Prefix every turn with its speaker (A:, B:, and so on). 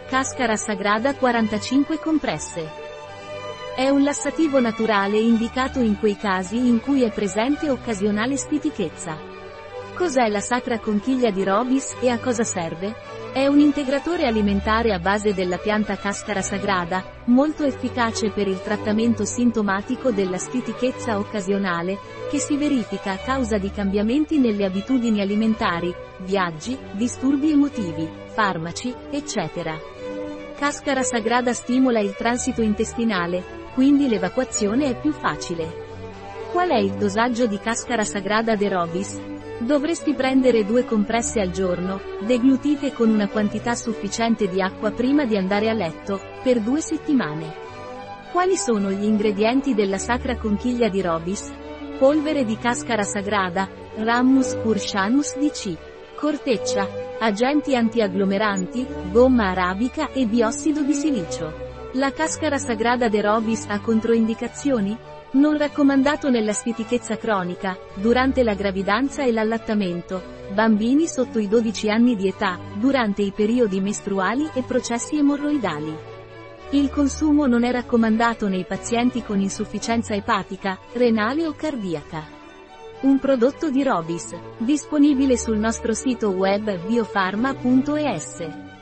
A: Cascara sagrada 45 compresse. È un lassativo naturale indicato in quei casi in cui è presente occasionale stitichezza. Cos'è la sacra conchiglia di Robis e a cosa serve? È un integratore alimentare a base della pianta Cascara sagrada, molto efficace per il trattamento sintomatico della stitichezza occasionale, che si verifica a causa di cambiamenti nelle abitudini alimentari, viaggi, disturbi emotivi, farmaci, eccetera. Cascara sagrada stimola il transito intestinale, quindi l'evacuazione è più facile. Qual è il dosaggio di Cascara sagrada de Robis? Dovresti prendere 2 compresse al giorno, deglutite con una quantità sufficiente di acqua prima di andare a letto, per 2 settimane. Quali sono gli ingredienti della sacra conchiglia di Robis? Polvere di Cascara sagrada, Rhamnus curtianus DC. Corteccia, agenti antiagglomeranti, gomma arabica e biossido di silicio. La Cascara sagrada de Robis ha controindicazioni? Non raccomandato nella stitichezza cronica, durante la gravidanza e l'allattamento, bambini sotto i 12 anni di età, durante i periodi mestruali e processi emorroidali. Il consumo non è raccomandato nei pazienti con insufficienza epatica, renale o cardiaca. Un prodotto di Robis, disponibile sul nostro sito web biofarma.es.